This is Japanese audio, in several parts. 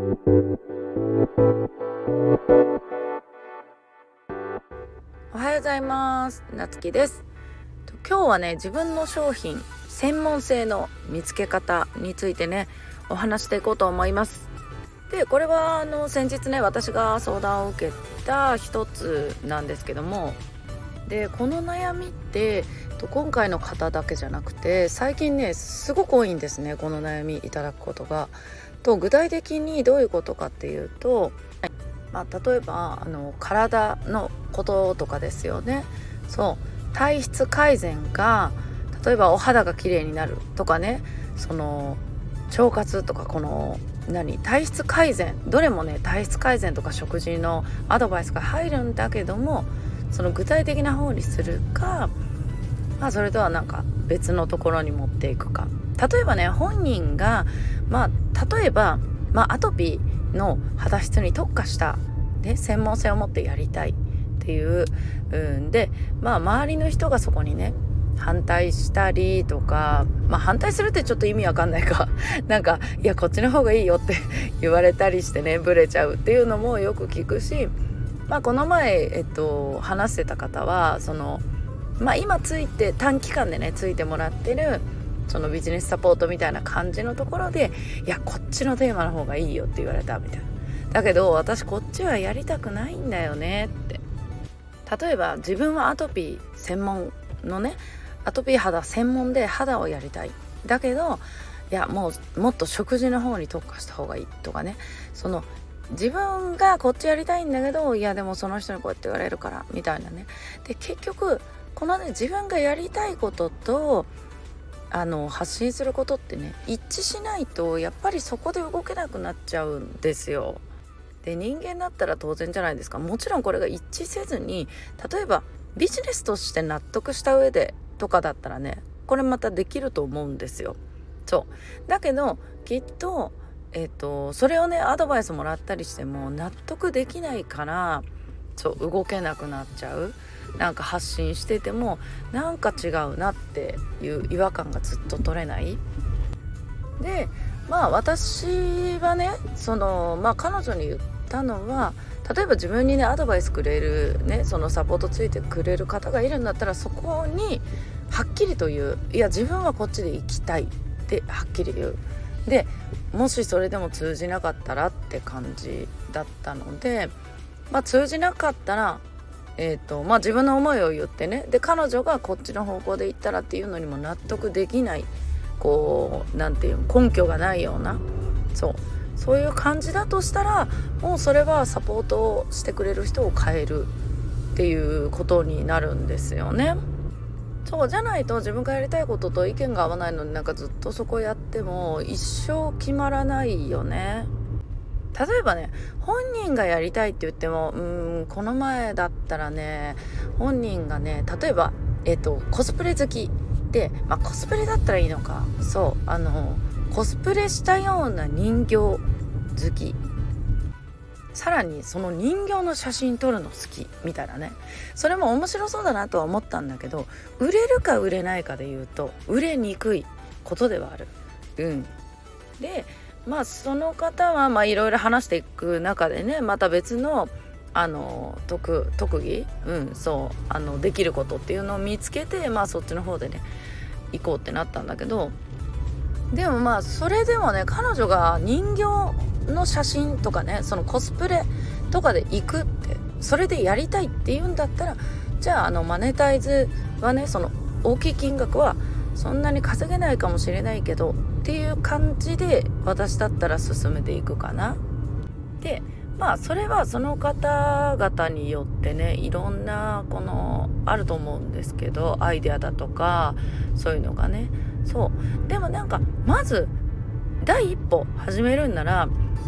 おはようございます。なつきです。今日はね、自分の商品専門性の見つけ方についてね、お話していこうと思います。で、これは先日ね、私が相談を受けた一つなんですけども、でこの悩みって今回の方だけじゃなくて、最近ねすごく多いんですね、この悩みいただくことが。具体的にどういうことかっていうと、例えば体のこととかですよね。体質改善が、例えばお肌が綺麗になるとかね、腸活とか、体質改善、どれもね体質改善とか食事のアドバイスが入るんだけども、その具体的な方にするか、それとは別のところに持っていくか。例えばね、本人が例えばアトピーの肌質に特化した、専門性を持ってやりたいっていうで、周りの人がそこにね反対したりとか、反対するってちょっと意味わかんないかいやこっちの方がいいよって言われたりしてね、ブレちゃうっていうのもよく聞くし、この前、話してた方は今短期間でねついてもらってるそのビジネスサポートみたいな感じのところで、いやこっちのテーマの方がいいよって言われたみたいな。だけど私こっちはやりたくないんだよねって。例えば自分はアトピー専門のね、アトピー肌専門で肌をやりたい。だけどいやもっと食事の方に特化した方がいいとかね、自分がこっちやりたいんだけど、いやでもその人にこうやって言われるからみたいなね。で結局このね、自分がやりたいことと発信することってね一致しないと、やっぱりそこで動けなくなっちゃうんですよ。で人間だったら当然じゃないですか。もちろんこれが一致せずに、例えばビジネスとして納得した上でとかだったらね、これまたできると思うんですよ。だけどきっとそれをねアドバイスもらったりしても納得できないから、動けなくなっちゃう。発信してても違うなっていう違和感がずっと取れない。で私はね彼女に言ったのは、例えば自分にねアドバイスくれるね、そのサポートついてくれる方がいるんだったら、そこにはっきりと言う。いや自分はこっちで行きたいってはっきり言う。でもしそれでも通じなかったらって感じだったので、通じなかったら自分の思いを言ってね、で彼女がこっちの方向で行ったらっていうのにも納得できない、根拠がないようなそういう感じだとしたら、もうそれはサポートをしてくれる人を変えるっていうことになるんですよね。じゃないと自分がやりたいことと意見が合わないのにずっとそこやっても一生決まらないよね。例えばね、本人がやりたいって言っても、この前だったらね、本人がね、例えばコスプレ好きで、コスプレだったらいいのか。コスプレしたような人形好き、さらにその人形の写真撮るの好きみたいなね。それも面白そうだなとは思ったんだけど、売れるか売れないかで言うと売れにくいことではある。でその方はいろいろ話していく中でね、また別の特技、できることっていうのを見つけて、そっちの方でね行こうってなったんだけど、でもそれでもね、彼女が人形の写真とかね、そのコスプレとかで行くって、それでやりたいって言うんだったら、じゃあマネタイズはね、その大きい金額はそんなに稼げないかもしれないけどっていう感じで、私だったら進めていくかな。でそれはその方々によってね、いろんなあると思うんですけど、アイデアだとかそういうのがね。でもまず第一歩始めるんなら、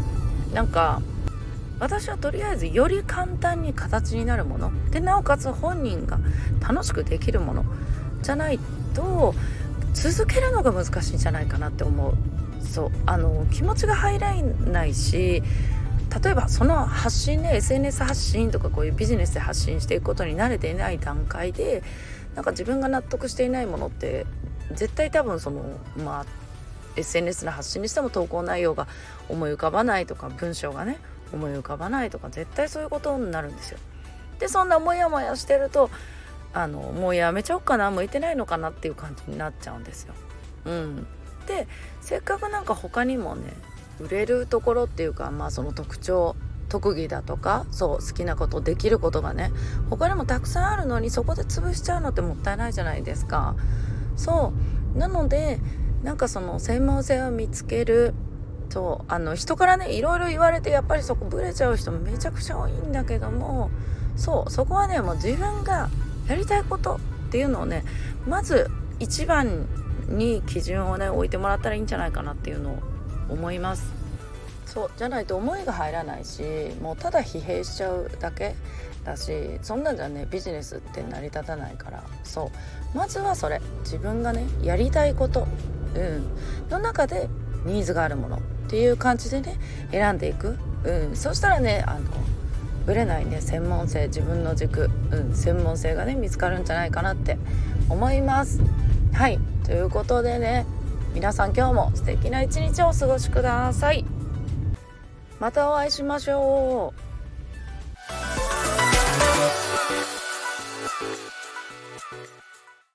私はとりあえずより簡単に形になるもので、なおかつ本人が楽しくできるものじゃないと続けるのが難しいんじゃないかなって思う。気持ちが入らないし、例えばその発信ね、 SNS 発信とかこういうビジネスで発信していくことに慣れていない段階で自分が納得していないものって絶対多分 SNS の発信にしても投稿内容が思い浮かばないとか、文章がね思い浮かばないとか、絶対そういうことになるんですよ。でそんなモヤモヤしてるともうやめちゃおうかな、向いてないのかなっていう感じになっちゃうんですよ。でせっかくなんか他にもね売れるところっていうか、その特技だとか、好きなことできることがね他にもたくさんあるのに、そこで潰しちゃうのってもったいないじゃないですか。なのでなんかその専門性を見つけると、人からねいろいろ言われてやっぱりそこブレちゃう人めちゃくちゃ多いんだけども、そこはねもう自分がやりたいことっていうのをねまず一番に基準をね置いてもらったらいいんじゃないかなっていうのを思います。じゃないと思いが入らないし、もうただ疲弊しちゃうだけだし、そんなんじゃねビジネスって成り立たないから、まずはそれ、自分がねやりたいこと、の中でニーズがあるものっていう感じでね選んでいく。そしたらねぶれないね専門性、自分の軸、専門性がね見つかるんじゃないかなって思います。はい、ということでね、皆さん今日も素敵な一日をお過ごしください。またお会いしましょう。